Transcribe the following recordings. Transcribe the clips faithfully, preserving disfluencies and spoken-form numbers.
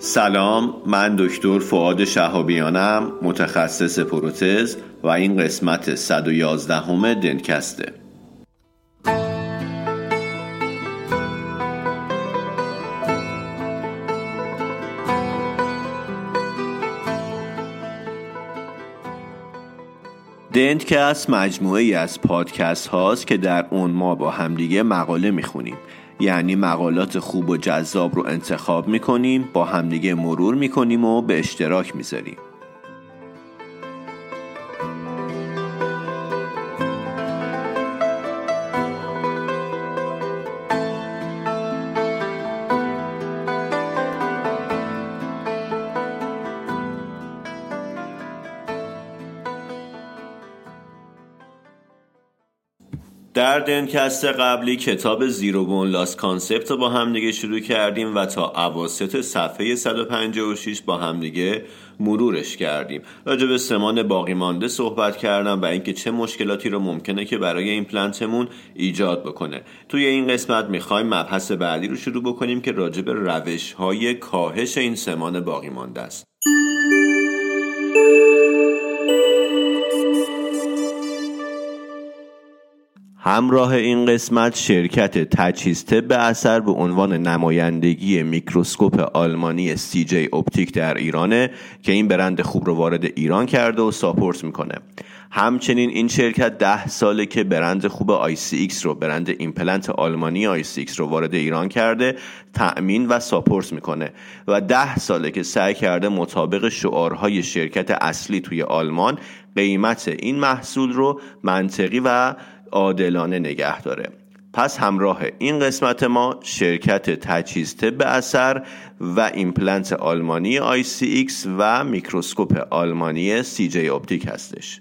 سلام، من دکتر فؤاد شهابیانم، متخصص پروتز و این قسمت صد و یازده همه دنتکسته. دنتکست مجموعه ای از پادکست هاست که در اون ما با همدیگه مقاله میخونیم، یعنی مقالات خوب و جذاب رو انتخاب میکنیم، با همدیگه مرور میکنیم و به اشتراک میذاریم. در دنتکست قبلی کتاب زیرو بون لاس کانسپت رو با هم دیگه شروع کردیم و تا اواسط صفحه صد و پنجاه و شش با هم دیگه مرورش کردیم. راجع به سمان باقی مانده صحبت کردم و اینکه چه مشکلاتی رو ممکنه که برای ایمپلنتمون ایجاد بکنه. توی این قسمت میخوایم مبحث بعدی رو شروع بکنیم که راجع به روش‌های کاهش این سمان باقی مانده است. همراه این قسمت شرکت تجهیز طب اثر به عنوان نمایندگی میکروسکوپ آلمانی سی جی اپتیک در ایرانه که این برند خوب رو وارد ایران کرده و ساپورت میکنه. همچنین این شرکت ده ساله که برند خوب آی سی ایکس رو، برند ایمپلنت آلمانی آی سی ایکس رو وارد ایران کرده، تأمین و ساپورت میکنه و ده ساله که سعی کرده مطابق شعارهای شرکت اصلی توی آلمان قیمت این محصول رو منطقی و عادلانه نگه داره. پس همراه این قسمت ما شرکت تجهیز طب اثر و ایمپلنت آلمانی آی سی ایکس و میکروسکوپ آلمانی سی جی اپتیک هستش.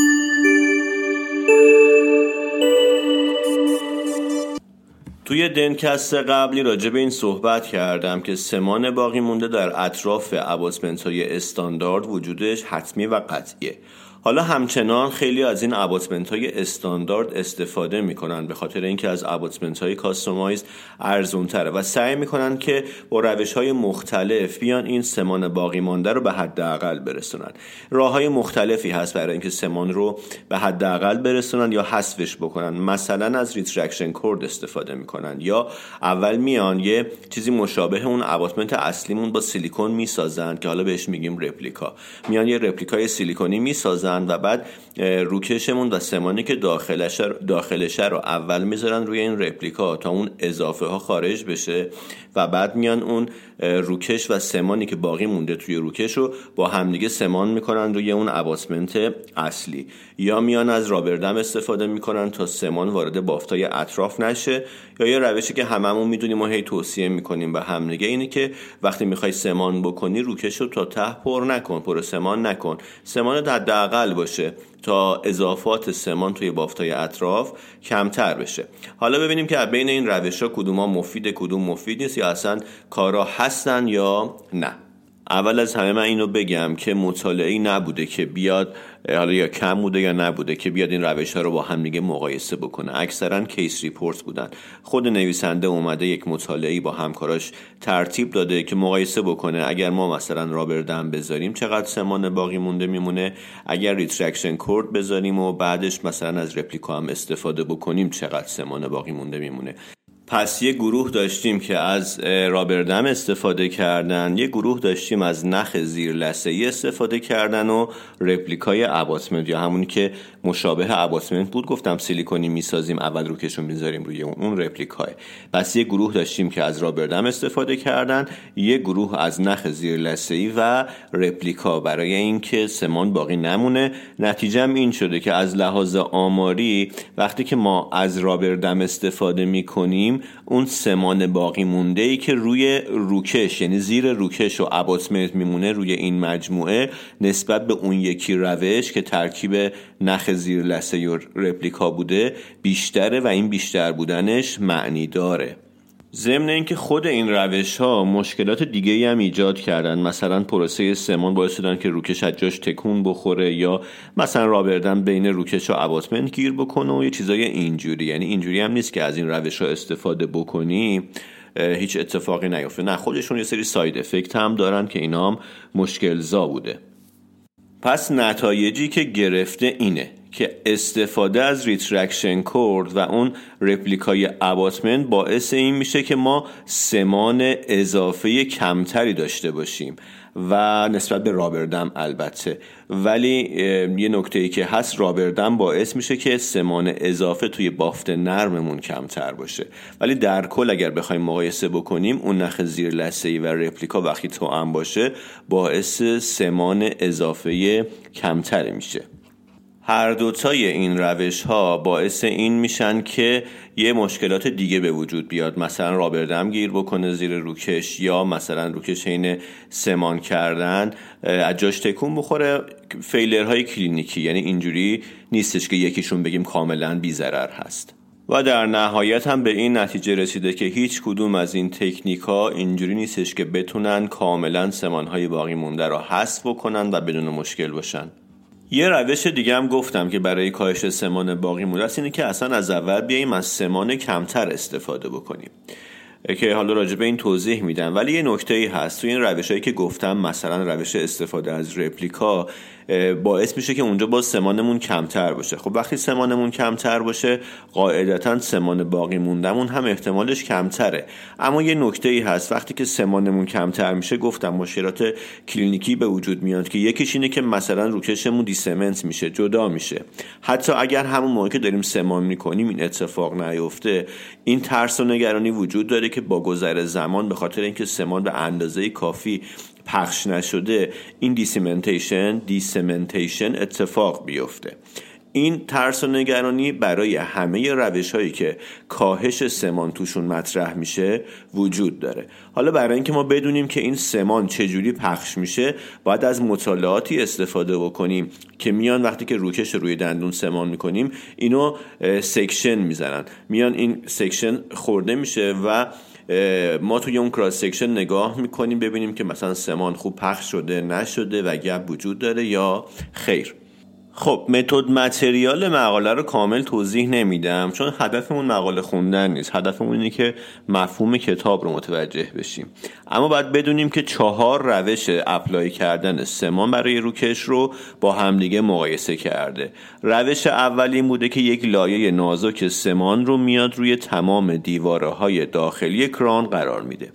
توی دنتکست قبلی راجع به این صحبت کردم که سمان باقی مونده در اطراف اباتمنت‌های استاندارد وجودش حتمی و قطعیه. حالا همچنان خیلی از این اباتمنت‌های استاندارد استفاده میکنن به خاطر اینکه از اباتمنت‌های کاستومایز ارزان‌تره و سعی میکنن که با روش‌های مختلف بیان این سمان باقی مانده رو به حداقل برسونن. راه‌های مختلفی هست برای اینکه سمان رو به حداقل برسونن یا حذفش بکنن. مثلا از ریترکشن کورد استفاده میکنن یا اول میان یه چیزی مشابه اون اباتمنت اصلیمون با سیلیکون میسازن که حالا بهش میگیم رپلیکا. میان یه رپلیکای سیلیکونی میسازن و بعد روکشمون و سمانی که داخلش داخلش رو اول میذارن روی این رپلیکا تا اون اضافه ها خارج بشه و بعد میان اون روکش و سمانی که باقی مونده توی روکش رو با همدیگه سمان میکنن روی اون اباتمنت اصلی، یا میان از رابردم استفاده میکنن تا سمان وارد بافتای اطراف نشه، یا یه روشی که هممون میدونیم و هی توصیه میکنیم به همدیگه اینه که وقتی میخوای سمان بکنی روکش رو تا ته پر نکن، پر سمان نکن، سمان حداقل باشه تا اضافات سمان توی بافتای اطراف کمتر بشه. حالا ببینیم که بین این روش‌ها کدوم‌ها مفیده کدوم مفید نیست یا اصلا کارا هستن یا نه. اول از همه من اینو بگم که مطالعه‌ای نبوده که بیاد، حالا یا کم بوده یا نبوده که بیاد این روش‌ها رو با هم دیگه مقایسه بکنه. اکثرا کیس ریپورت بودن. خود نویسنده اومده یک مطالعه‌ای با همکاراش ترتیب داده که مقایسه بکنه اگر ما مثلا رابردم بذاریم چقدر سمان باقی مونده میمونه، اگر ریترکشن کورد بذاریم و بعدش مثلا از رپلیکا هم استفاده بکنیم چقدر سمان باقی مونده میمونه. پس یه گروه داشتیم که از رابردم استفاده کردن، یه گروه داشتیم از نخ زیر لثه‌ای استفاده کردن و رپلیکای اباتمنت یا همونی که مشابه اباتمنت بود، گفتم سیلیکونی میسازیم اول روکش رو میذاریم روی اون رپلیکای. پس یه گروه داشتیم که از رابردم استفاده کردن، یه گروه از نخ زیر لثه‌ای و رپلیکا برای اینکه سمان باقی نمونه. نتیجه‌م این شده که از لحاظ آماری وقتی که ما از رابردم استفاده میکنیم اون سمان باقی مونده ای که روی روکش یعنی زیر روکش و اباتمنت میمونه روی این مجموعه نسبت به اون یکی روش که ترکیب نخ زیر لثه و رپلیکا بوده بیشتره و این بیشتر بودنش معنی داره. ضمن اینکه خود این روش ها مشکلات دیگه‌ای هم ایجاد کردن، مثلا پروسه سمان باعث شدن که روکش از جاش تکون بخوره یا مثلا رابردن بین روکش و اباتمنت گیر بکنه و یه چیزای اینجوری. یعنی اینجوری هم نیست که از این روش ها استفاده بکنی هیچ اتفاقی نیفته. نه، خودشون یه سری ساید افکت هم دارن که اینا هم مشکل زا بوده. پس نتایجی که گرفته اینه که استفاده از ریترکشن کورد و اون رپلیکای اباتمنت باعث این میشه که ما سمان اضافه کمتری داشته باشیم و نسبت به رابردم البته، ولی یه نکته‌ای که هست، رابردم باعث میشه که سمان اضافه توی بافت نرممون کمتر باشه، ولی در کل اگر بخوایم مقایسه بکنیم اون نخ زیر لثه‌ای و رپلیکا وقتی توأم باشه باعث سمان اضافه کمتری میشه. هر دوتای این روش ها باعث این میشن که یه مشکلات دیگه به وجود بیاد، مثلا رابردم گیر بکنه زیر روکش، یا مثلا روکش حین سمان کردن از جاش تکون بخوره. فیلرهای کلینیکی، یعنی اینجوری نیستش که یکیشون بگیم کاملا بی ضرر هست. و در نهایت هم به این نتیجه رسیده که هیچ کدوم از این تکنیک ها اینجوری نیستش که بتونن کاملا سمانهای باقی مونده رو حذف بکنن و بدون مشکل باشن. یه روش دیگه هم گفتم که برای کاهش سمان باقی مونده است، اینه که اصلا از اول بیاییم از سمان کمتر استفاده بکنیم، که حالا راجع به این توضیح میدم. ولی یه نکته‌ای هست تو این روشایی که گفتم، مثلا روش استفاده از رپلیکا باعث میشه که اونجا باز سمانمون کمتر باشه. خب وقتی سمانمون کمتر باشه قاعدتاً سمان باقی موندمون هم احتمالش کمتره. اما یه نکته‌ای هست، وقتی که سمانمون کمتر میشه، گفتم مشکلات کلینیکی به وجود میاد که یکیش اینه که مثلا روکشمون دیسمنت میشه، جدا میشه. حتی اگر همون موقع که داریم سمان میکنیم این اتفاق نیفته، این ترس و نگرانی وجود داره که با گذر زمان به خاطر اینکه سمان به اندازه کافی پخش نشده این دیسمنتیشن دیسمنتیشن اتفاق بیفته. این ترس و نگرانی برای همه روش‌هایی که کاهش سمان توشون مطرح میشه وجود داره. حالا برای اینکه ما بدونیم که این سمان چجوری پخش میشه، باید از مطالعاتی استفاده بکنیم که میان وقتی که روکش روی دندون سمان میکنیم اینو سکشن میزنن، میان این سکشن خورده میشه و ما توی اون کراس سکشن نگاه میکنیم ببینیم که مثلا سمان خوب پخش شده نشده و گپ وجود داره یا خیر. خب متد متریال مقاله رو کامل توضیح نمیدم چون هدفمون مقاله خوندن نیست، هدفمون اینه که مفهوم کتاب رو متوجه بشیم. اما باید بدونیم که چهار روش اپلای کردن سمان برای روکش رو با همدیگه مقایسه کرده. روش اولی این بوده که یک لایه نازک سمان رو میاد روی تمام دیوارهای داخلی کران قرار میده.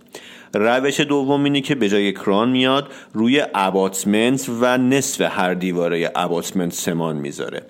روش دوم اینه که به جای کران میاد روی اباتمنت و نصف هر دیواره اباتمنت سمان میذاره.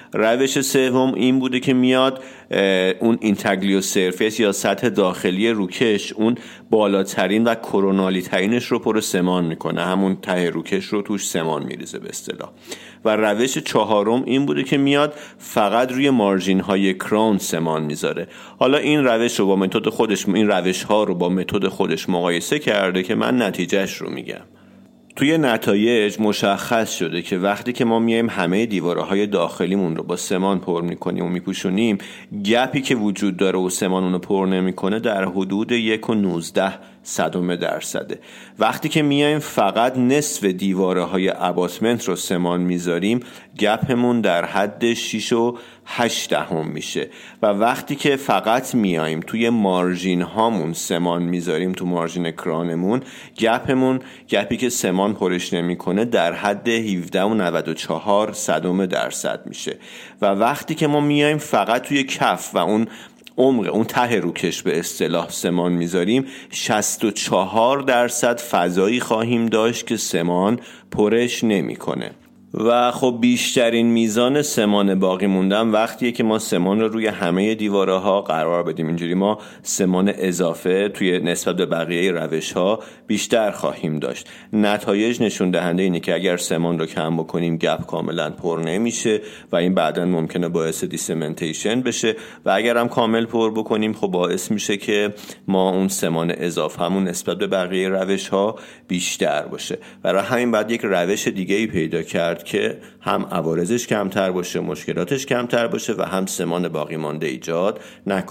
روش سوم این بوده که میاد اون اینتگلیو سرفیس یا سطح داخلی روکش، اون بالاترین و کرونالی ترینش رو پر سمان میکنه، همون ته روکش رو توش سمان میریزه به اصطلاح. و روش چهارم این بوده که میاد فقط روی مارژین های کران سمان میذاره. حالا این روش رو با متد خودش این روش ها رو با متد خودش مقایسه کرده که من نتیجهش رو میگم. توی نتایج مشخص شده که وقتی که ما میایم همه دیوارهای داخلیمون رو با سمان پر میکنیم و میپوشونیم، گپی که وجود داره و سمان اونو پر نمیکنه در حدود یک و نوزده صدم درصده. وقتی که میایم فقط نصف دیوارهای اباتمنت رو سمان میذاریم، گپمون در حد شش و هشت دهم میشه. و وقتی که فقط میایم توی مارژین هامون سمان میذاریم، تو مارژین کرانمون، گپمون گپی که سمان پرش نمیکنه در حد هفده و نود و چهار صدم درصد میشه. و وقتی که ما میایم فقط توی کف و اون عمق اون ته روکش به اصطلاح سمان میذاریم، شصت و چهار درصد فضایی خواهیم داشت که سمان پرش نمیکنه. و خب بیشترین میزان سمان باقی موندن وقتیه که ما سمان رو روی همه دیواره ها قرار بدیم. اینجوری ما سمان اضافه توی نسبت به بقیه روش ها بیشتر خواهیم داشت. نتایج نشون دهنده اینه که اگر سمان رو کم بکنیم گپ کاملا پر نمیشه و این بعداً ممکنه باعث دیسمنتیشن بشه، و اگر هم کامل پر بکنیم خب باعث میشه که ما اون سمان اضافه همون نسبت به بقیه روش ها بیشتر باشه. برای همین بعد یک روش دیگه ای پیدا کرد که هم عوارضش کمتر باشه، مشکلاتش کمتر باشه و هم سمان باقی مانده ایجاد نکنه.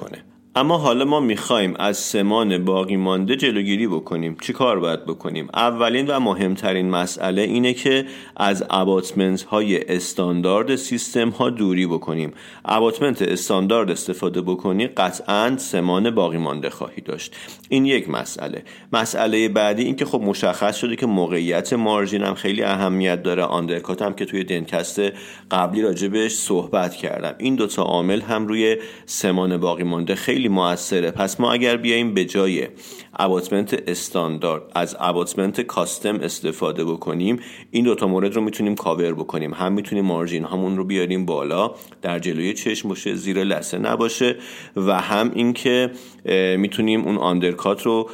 اما حالا ما میخوایم از سمان باقی مانده جلوگیری بکنیم. چی کار باید بکنیم؟ اولین و مهمترین مسئله اینه که از اباتمنت های استاندارد سیستم ها دوری بکنیم. اباتمنت استاندارد استفاده بکنی قطعاً سمان باقی مانده خواهی داشت. این یک مسئله. مسئله بعدی این که خب مشخص شده که موقعیت مارژین هم خیلی اهمیت داره. آندرکات هم که توی دنکست قبلی راجبش صحبت کردم. این دوتا عامل هم روی سمان باقی مانده خیلی موثره. پس ما اگر بیاییم به جای اباتمنت استاندارد از اباتمنت کاستم استفاده بکنیم، این دوتا مورد رو میتونیم کاور بکنیم. هم میتونیم مارژین همون رو بیاریم بالا، در جلوی چشم باشه، زیر لثه نباشه، و هم این که میتونیم اون آندرکات رو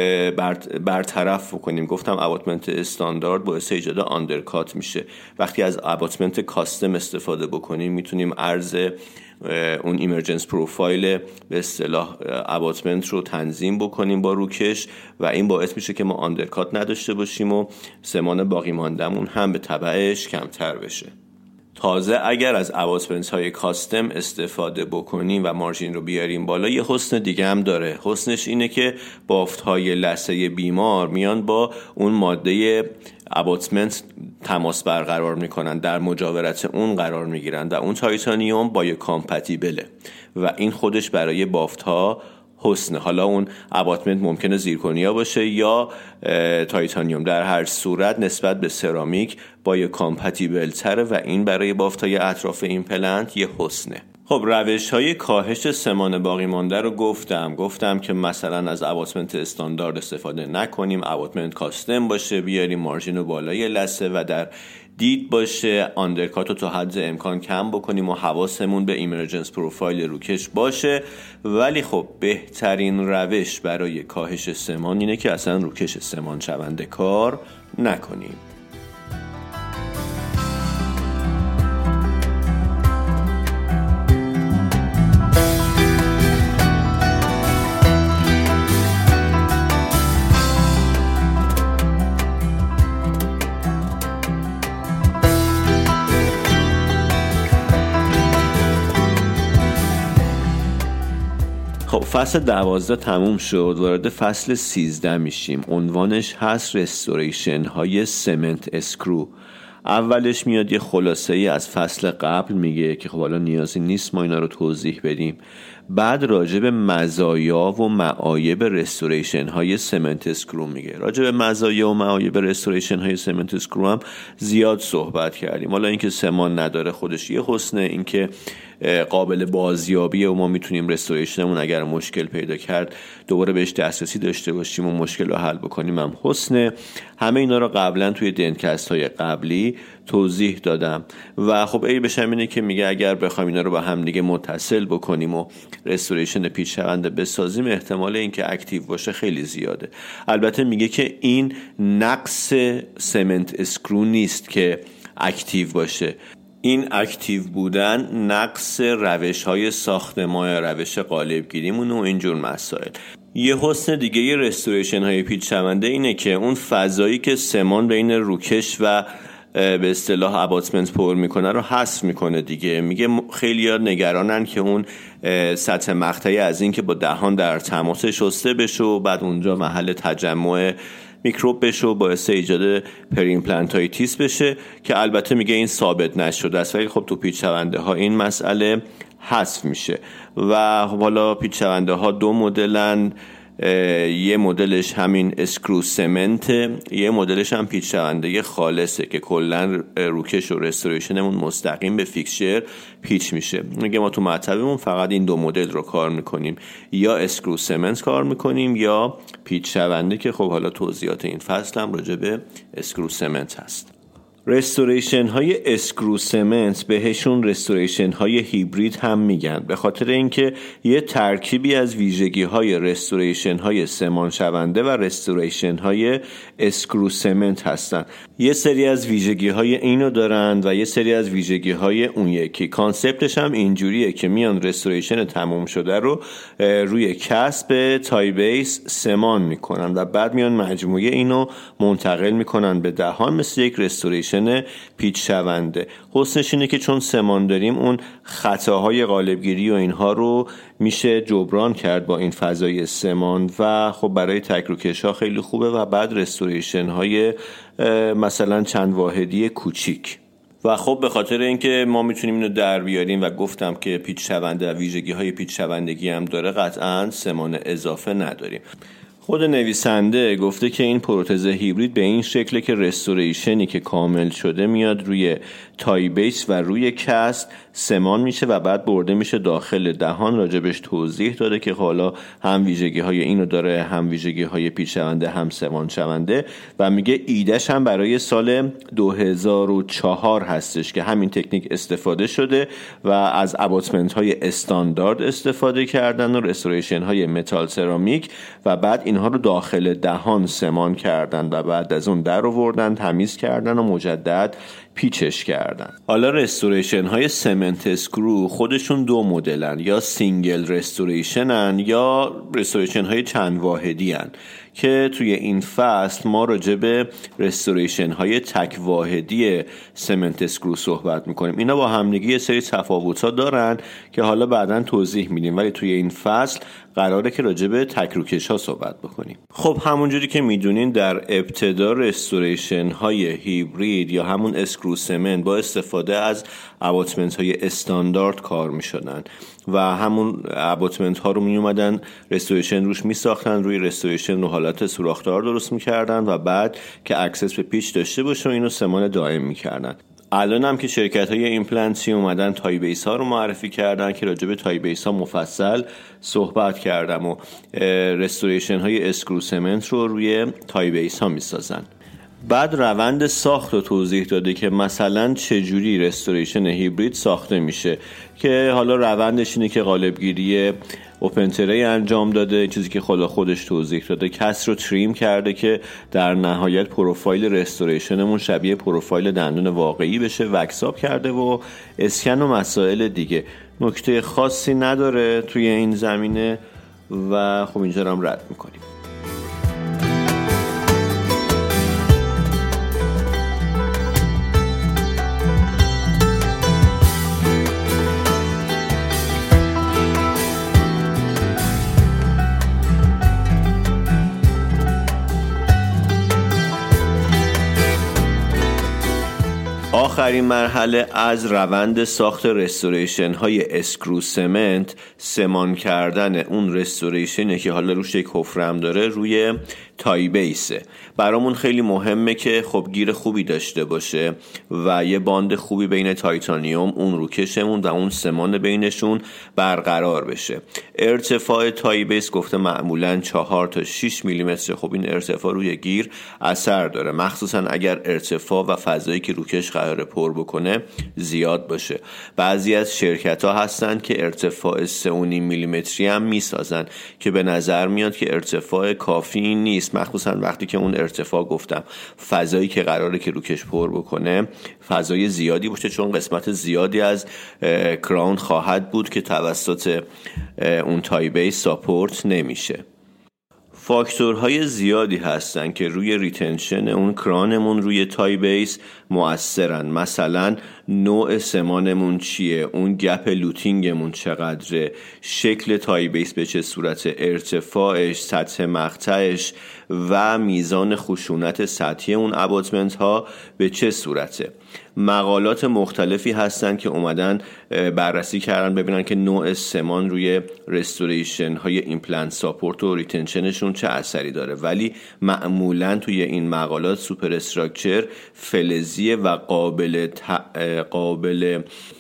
برطرف بکنیم. گفتم اباتمنت استاندارد باعث ایجاد آندرکات میشه. وقتی از اباتمنت کاستم استفاده بکنیم میتونیم عرض اون ایمرجنس پروفایل به اصطلاح اباتمنت رو تنظیم بکنیم با روکش و این باعث میشه که ما آندرکات نداشته باشیم و سمان باقی ماندمون هم به تبعش کمتر بشه. تازه اگر از اباتمنت های کاستم استفاده بکنیم و مارژین رو بیاریم بالا، یه حسن دیگه هم داره. حسنش اینه که بافت های لثه بیمار میان با اون ماده اباتمنت تماس برقرار میکنن، در مجاورت اون قرار میگیرن و اون تایتانیوم با کامپتیبله و این خودش برای بافت ها حسنه. حالا اون اباتمنت ممکنه زیرکونیا باشه یا تایتانیوم، در هر صورت نسبت به سرامیک با کامپتیبل تره و این برای بافت های اطراف ایمپلنت یه حسنه. خب روش های کاهش سمان باقی مانده رو گفتم گفتم که مثلا از اباتمنت استاندارد استفاده نکنیم، اباتمنت کاستم باشه، بیاریم مارژین رو بالای لثه و در دید باشه، آندرکات رو تا حد امکان کم بکنیم و حواسمون به ایمرجنس پروفایل روکش باشه. ولی خب بهترین روش برای کاهش سمان اینه که اصلا روکش سمان شونده کار نکنیم. فصل دوازده تموم شد، وارد فصل سیزده میشیم. عنوانش هست رستوریشن های سمنت اسکرو. اولش میاد یه خلاصه ای از فصل قبل میگه که خب حالا نیازی نیست ما اینا رو توضیح بدیم. بعد راجع به مزایا و معایب رستوریشن های سمنت اسکرو میگه. راجع به مزایا و معایب رستوریشن های سمنت اسکرو هم زیاد صحبت کردیم. حالا اینکه سمان نداره خودش یه حسنه، اینکه قابل بازیابیه و ما میتونیم رستوریشنمون اگر مشکل پیدا کرد دوباره بهش دسترسی داشته باشیم و مشکل رو حل بکنیم هم حسنه. همه اینا رو قبلا توی دنکست های قبلی توضیح دادم و خب ای بشم اینه که میگه اگر بخوایم اینا رو با هم دیگه متصل بکنیم و رستوریشن پیچ شونده بسازیم، احتمال اینکه اکتیو باشه خیلی زیاده. البته میگه که این نقص سمنت اسکرو نیست که اکتیو باشه، این اکتیو بودن نقص روش های ساختمان، روش قالب گیریمون و اینجور مسائل. یه حسن دیگه یه رستوریشن های پیچ شونده اینه که اون فضایی که سمان بین روکش و به اصطلاح اباتمنت پر میکنه رو حذف میکنه دیگه. میگه خیلی‌ها نگرانن که اون سطح مقطعی از این که با دهان در تماس شسته بشه و بعد اونجا محل تجمع میکروب بشه و باعث ایجاد پریمپلانتایتیس بشه که البته میگه این ثابت نشده است، ولی خب تو پیچ شونده ها این مسئله حذف میشه. و خب حالا پیچ شونده ها دو مدلن، یه مدلش همین اسکرو سمنته، یه مدلش هم پیچ شونده خالصه که کلا روکش و رستوریشنمون مستقیم به فیکسچر پیچ میشه. میگه ما تو مطبمون فقط این دو مدل رو کار میکنیم، یا اسکرو سمنت کار میکنیم یا پیچ شونده که خب حالا توضیحات این فصل هم راجع به اسکرو سمنت هست. رستوریشن های اسکرو سمنت بهشون رستوریشن های هیبرید هم میگن، به خاطر اینکه یه ترکیبی از ویژگی های رستوریشن های سمان شونده و رستوریشن های اسکرو سمنت هستن. یه سری از ویژگی های اینو دارند و یه سری از ویژگی های اون یکی. کانسپتش هم اینجوریه که میان رستوریشن تموم شده رو روی کسب تای بیس سمان میکنن و بعد میان مجموعه اینو منتقل میکنن به دهان مثل یک رستوریشن پیچ شونده. حسنش اینه که چون سمان داریم اون خطاهای قالبگیری و اینها رو میشه جبران کرد با این فضای سمان و خب برای تک روکش ها خیلی خوبه و بعد رستوریشن های مثلا چند واحدی کوچیک. و خب به خاطر اینکه ما میتونیم اینو در بیاریم و گفتم که پیچ شونده و ویژگی های پیچ شوندگی هم داره، قطعاً سمان اضافه نداریم. خود نویسنده گفته که این پروتز هیبرید به این شکله که رستوریشنی که کامل شده میاد روی تای بیس و روی کست سمان میشه و بعد برده میشه داخل دهان. راجبش توضیح داده که حالا هم ویژگی های اینو داره، هم ویژگی های پیچ شونده، هم سمان شونده و میگه ایدهش هم برای سال دو هزار و چهار هستش که همین تکنیک استفاده شده و از اباتمنت های استاندارد استفاده کردن و رستوریشن های متال سرامیک و بعد اینها رو داخل دهان سمان کردن و بعد از اون در آوردن، تمیز کردن و مجدد پیچش کردن. حالا رستوریشن های سمنت اسکرو خودشون دو مدلن، یا سینگل رستوریشنن یا رستوریشن های چند واحدی هن که توی این فصل ما راجع به رستوریشن های تک واحدی سمنت اسکرو صحبت میکنیم. اینا با همدیگه یه سری تفاوت‌ها دارن که حالا بعداً توضیح میدیم، ولی توی این فصل قراره که راجع به تک روکش ها صحبت بکنیم. خب همونجوری که میدونین در ابتدا رستوریشن های هیبرید یا همون اسکرو سمنت با استفاده از اباتمنت های استاندارد کار میشدن و همون اباتمنت ها رو می اومدن رستوریشن روش می ساختن، روی رستوریشن رو حالت سوراخ‌دار درست میکردن و بعد که اکسس به پیچ داشته باشه اینو سمان دائم میکردن. الان هم که شرکت های ایمپلنتی اومدن تای بیس ها رو معرفی کردن که راجع به تای بیس ها مفصل صحبت کردم و رستوریشن های اسکرو سمنت رو روی تای بیس ها میسازن. بعد روند ساخت رو توضیح داده که مثلا چجوری رستوریشن هیبرید ساخته میشه که حالا روندش اینه که قالبگیری اوپن تری انجام داده، چیزی که خدا خودش توضیح داده، کس رو تریم کرده که در نهایت پروفایل رستوریشنمون شبیه پروفایل دندون واقعی بشه، وکساب کرده و اسکن و مسائل دیگه. نکته خاصی نداره توی این زمینه و خب اینجا رو هم رد میکنیم. آخرین مرحله از روند ساخت رستوریشن های اسکرو سمنت سمان کردن اون رستوریشنه که حالا روش یک حفرم داره روی تای بیسه. برامون خیلی مهمه که خب گیر خوبی داشته باشه و یه باند خوبی بین تایتانیوم، اون روکشمون و اون سمان بینشون برقرار بشه. ارتفاع تای بیس گفته معمولاً چهار تا شش میلیمتر. خب این ارتفاع روی گیر اثر داره، مخصوصا اگر ارتفاع و فضایی که روکش قراره پر بکنه زیاد باشه. بعضی از شرکت ها هستن که ارتفاع سه و نیم میلیمتری هم میسازن که به نظر میاد که ارتفاع کافی نیست، مخصوصا وقتی که اون ارتفاع گفتم فضایی که قراره که روکش پر بکنه فضای زیادی باشه، چون قسمت زیادی از کراون خواهد بود که توسط اون تای بیس ساپورت نمیشه. فاکتورهای زیادی هستن که روی ریتنشن اون کرانمون روی تای بیس مؤثرن. مثلا نوع سمانمون چیه، اون گپ لوتینگمون چقدره، شکل تای بیس به چه صورته، ارتفاعش، سطح مقطعش و میزان خشونت سطحی اون اباتمنت ها به چه صورته. مقالات مختلفی هستن که اومدن بررسی کردن ببینن که نوع سمان روی رستوریشن های ایمپلنت ساپورت و ریتنشنشون چه اثری داره، ولی معمولا توی این مقالات سوپر استراکچر فلزیه و قابل ت... قابل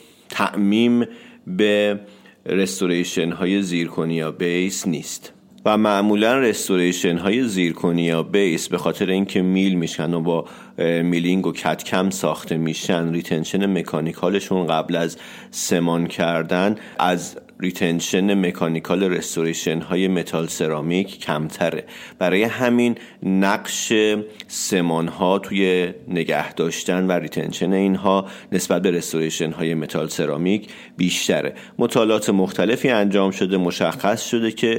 تعمیم به رستوریشن های زیرکونیا بیس نیست. و معمولا رستوریشن های زیرکونیا بیس به خاطر اینکه میل میشن و با میلینگ و کتکم ساخته میشن، ریتنشن مکانیکالشون قبل از سمان کردن از ریتنشن مکانیکال رستوریشن های متال سرامیک کمتره. برای همین نقش سمان ها توی نگه داشتن و ریتنشن اینها نسبت به رستوریشن های متال سرامیک بیشتره. مطالعات مختلفی انجام شده، مشخص شده که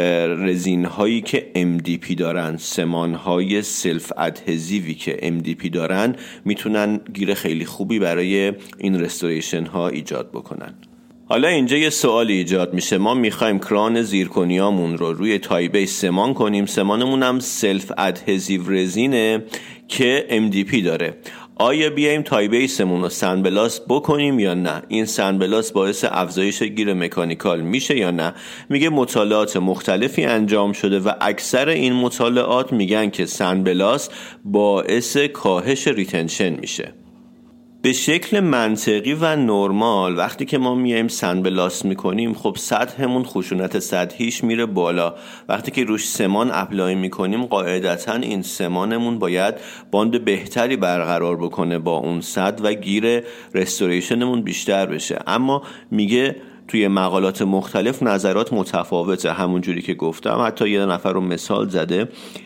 رزین هایی که ام دی پی دارن، سمان های سلف ادهزیوی که ام دی پی دارن میتونن گیر خیلی خوبی برای این رستوریشن ها ایجاد بکنن. حالا اینجا یه سوال ایجاد میشه، ما میخوایم کران زیرکنیامون رو روی تایبیس سمان کنیم، سمانمون هم سلف ادهزیو رزینه که ام دی پی داره، آیا بیایم تایبیسمون رو سنبلاست بکنیم یا نه؟ این سنبلاست باعث افزایش گیر مکانیکال میشه یا نه؟ میگه مطالعات مختلفی انجام شده و اکثر این مطالعات میگن که سنبلاست باعث کاهش ریتنشن میشه. به شکل منطقی و نرمال وقتی که ما میایم سنبلاست میکنیم خب سطحمون خشونت سطحیش میره بالا. وقتی که روش سمان اپلای میکنیم قاعدتاً این سمانمون باید باند بهتری برقرار بکنه با اون سطح و گیر رستوریشنمون بیشتر بشه. اما میگه توی مقالات مختلف نظرات متفاوته. همون جوری که گفتم حتی یه نفر رو مثال زده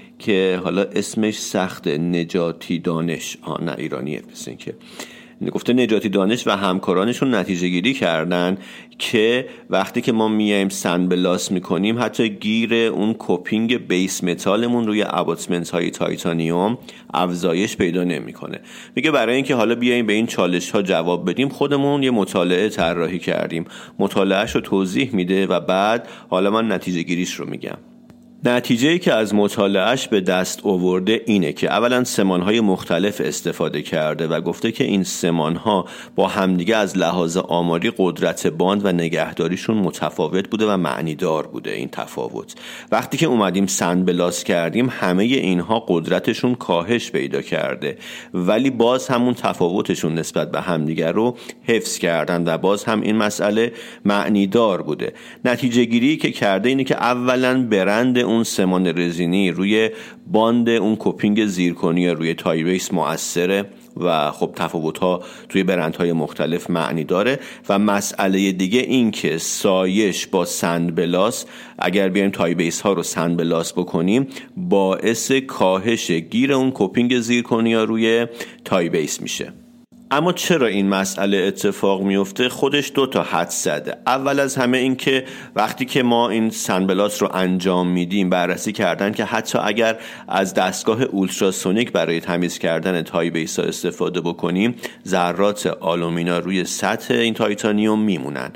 که حالا اسمش سخته، نجاتی دانش، آه نه ایرانیه، مثل این که گفته نجاتی دانش و همکارانشون نتیجه گیری کردن که وقتی که ما میایم سنبلاست میکنیم حتی گیر اون کوپینگ بیس متالمون روی اباتمنت های تایتانیوم افزایش پیدا نمیکنه. میگه برای اینکه حالا بیایم به این چالش ها جواب بدیم خودمون یه مطالعه طراحی کردیم. مطالعهش رو توضیح میده و بعد حالا من نتیجه گیریش رو میگم. نتیجه‌ای که از مطالعهش به دست آورده اینه که اولا سمان‌های مختلف استفاده کرده و گفته که این سمان‌ها با همدیگه از لحاظ آماری قدرت باند و نگهداریشون متفاوت بوده و معنیدار بوده. این تفاوت وقتی که اومدیم سنبلاست کردیم همه اینها قدرتشون کاهش پیدا کرده ولی باز همون تفاوتشون نسبت به همدیگه رو حفظ کردن و باز هم این مسئله معنیدار بوده. نتیجه گیری که کرده اینه که اولا برند اون سمان رزینی روی باند اون کوپینگ زیرکنی روی تایبیس مؤثره و خب تفاوت‌ها توی برندهای مختلف معنی داره. و مسئله دیگه این که سایش با سندبلاس اگر بیایم تایبیس ها رو سندبلاس بکنیم باعث کاهش گیر اون کوپینگ زیرکنی روی تایبیس میشه. اما چرا این مسئله اتفاق میفته؟ خودش دو تا حدس زده. اول از همه این که وقتی که ما این سنبلاس رو انجام میدیم بررسی کردن که حتی اگر از دستگاه اولتراسونیک برای تمیز کردن تایبیس ها استفاده بکنیم ذرات آلومینا روی سطح این تایتانیوم میمونن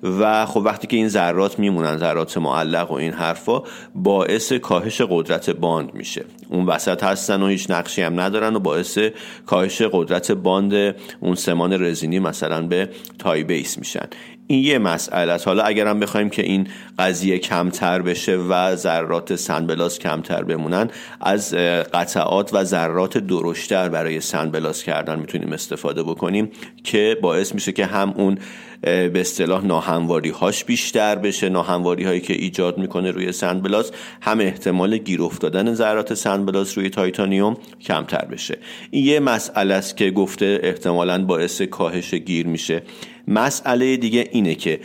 و خب وقتی که این ذرات میمونن، ذرات معلق و این حرفا، باعث کاهش قدرت باند میشه. اون وسط هستن و هیچ نقشی هم ندارن و باعث کاهش قدرت باند اون سمان رزینی مثلا به تایبیس میشن. این یه مسئله است. حالا اگرم بخوایم که این قضیه کمتر بشه و ذرات سنبلاس کمتر بمونن، از قطعات و ذرات درشتر برای سنبلاس کردن میتونیم استفاده بکنیم که باعث میشه که هم اون به اصطلاح ناهمواری هاش بیشتر بشه، ناهمواری هایی که ایجاد میکنه روی سنبلاس، هم احتمال گیر افتادن ذرات سنبلاس روی تایتانیوم کمتر بشه. این یه مسئله است که گفته احتمالاً باعث کاهش گیر میشه. مسئله دیگه اینه که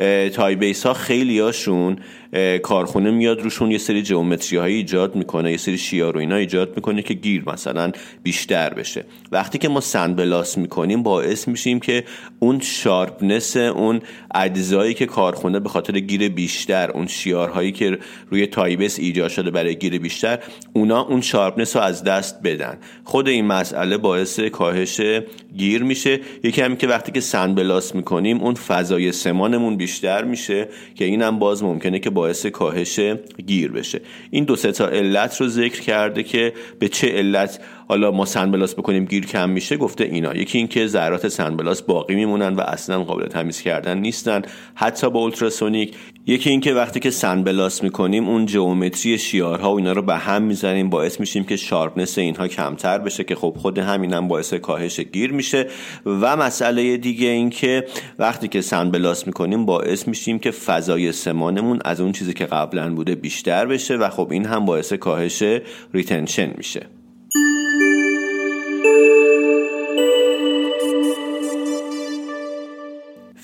تایبیس ها خیلی هاشون کارخونه میاد روشون یه سری جئومتری هایی ایجاد میکنه، یه سری شیار و اینا ایجاد میکنه که گیر مثلا بیشتر بشه. وقتی که ما سنبلاس میکنیم باعث میشیم که اون شارپنس اون اجزایی که کارخونه به خاطر گیر بیشتر، اون شیارهایی که روی تایبیس ایجاد شده برای گیر بیشتر، اونا اون شارپنس رو از دست بدن. خود این مسئله باعث کاهش گیر میشه. یکی هم که وقتی که سنبلاس میکنیم اون فضای سمانمون بیشتر میشه که اینم باز ممکنه که باعث کاهش گیر بشه. این دو سه تا علت رو ذکر کرده که به چه علت حالا ما سنبلاس بکنیم گیر کم میشه. گفته اینا، یکی این که ذرات سنبلاس باقی میمونن و اصلا قابل تمیز کردن نیستن حتی با اولتراسونیک. یکی این که وقتی که سنبلاس میکنیم اون جئومتری شیارها و اینا رو به هم میزنیم، باعث میشیم که شارپنس اینها کمتر بشه که خب خود همینم باعث کاهش گیر میشه. و مسئله دیگه این که وقتی که سنبلاس میکنیم باعث میشیم که فضای سمانمون از اون چیزی که قبلا بوده بیشتر بشه و خب این هم باعث کاهش ریتنشن میشه.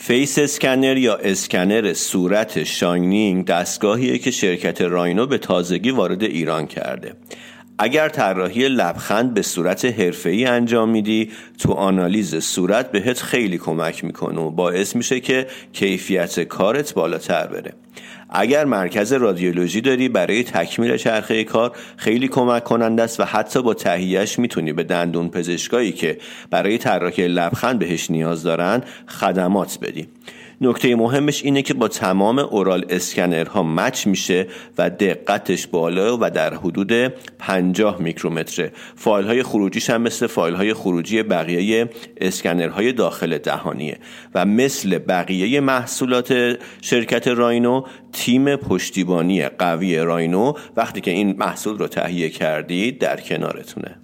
فیس اسکنر یا اسکنر صورت شاینینگ دستگاهیه که شرکت راینو به تازگی وارد ایران کرده. اگر طراحی لبخند به صورت حرفه‌ای انجام میدی، تو آنالیز صورت بهت خیلی کمک میکنه و باعث میشه که کیفیت کارت بالاتر بره. اگر مرکز رادیولوژی داری، برای تکمیل چرخه کار خیلی کمک کننده است و حتی با تهیهش میتونی به دندون پزشکایی که برای طراحی لبخند بهش نیاز دارن خدمات بدی. نکته مهمش اینه که با تمام اورال اسکنرها مچ میشه و دقتش بالا و در حدود پنجاه میکرومتره. فایل های خروجیش هم مثل فایل های خروجی بقیه اسکنرهای داخل دهانیه و مثل بقیه محصولات شرکت راینو، تیم پشتیبانی قوی راینو وقتی که این محصول رو تهیه کردید در کنارتونه.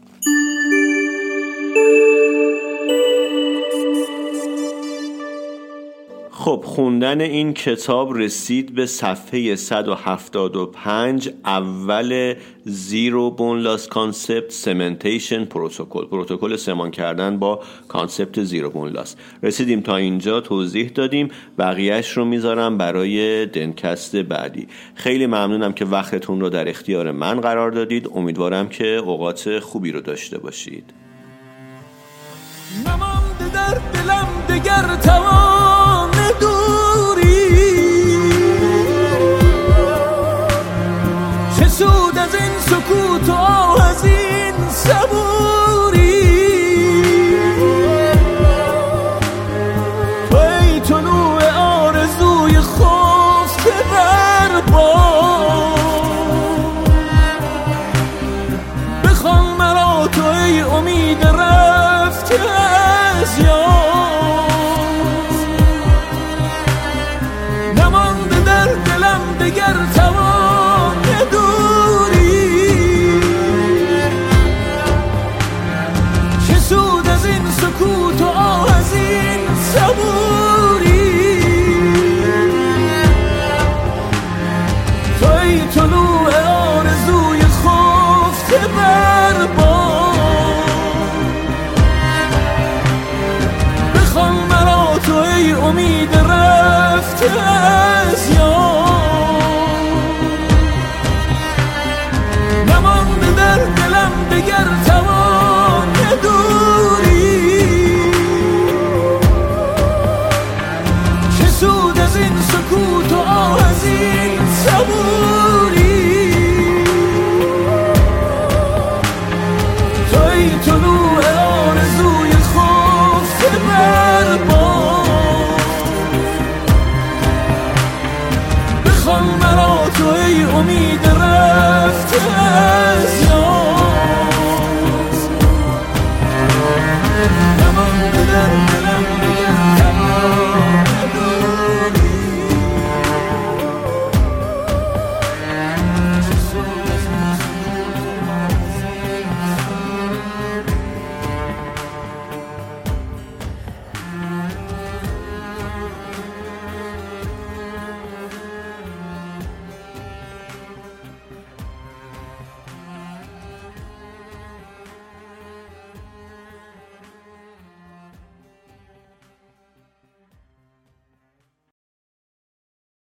خب خوندن این کتاب رسید به صفحه صد و هفتاد و پنج، اول زیرو بون لاس کانسپت سمنتیشن پروتکل، پروتکل سمان کردن با کانسپت زیرو بون لاس. رسیدیم تا اینجا، توضیح دادیم، بقیهش رو میذارم برای دنکست بعدی. خیلی ممنونم که وقتتون رو در اختیار من قرار دادید. امیدوارم که اوقات خوبی رو داشته باشید. نمانده در دلم دگر توان دوری، چه سود از این سکوت و آه از این صبوری. تو ای طلوع آرزوی خفته بر بام، بخوان مرا تو ای امید رفته از یاد. دگر توان دوری، چه سود از این سکوت و آه از این صبوری. تو ای طلوع آرزوی خفته بر بام، بخوان مرا تو ای امید رفته از یاد. دگر توان دوری، چه سود از این سکوت و آه از این صبوری. تو ای طلوع آرزوی خفته بر بام، بخوان مرا تو ای امید رفته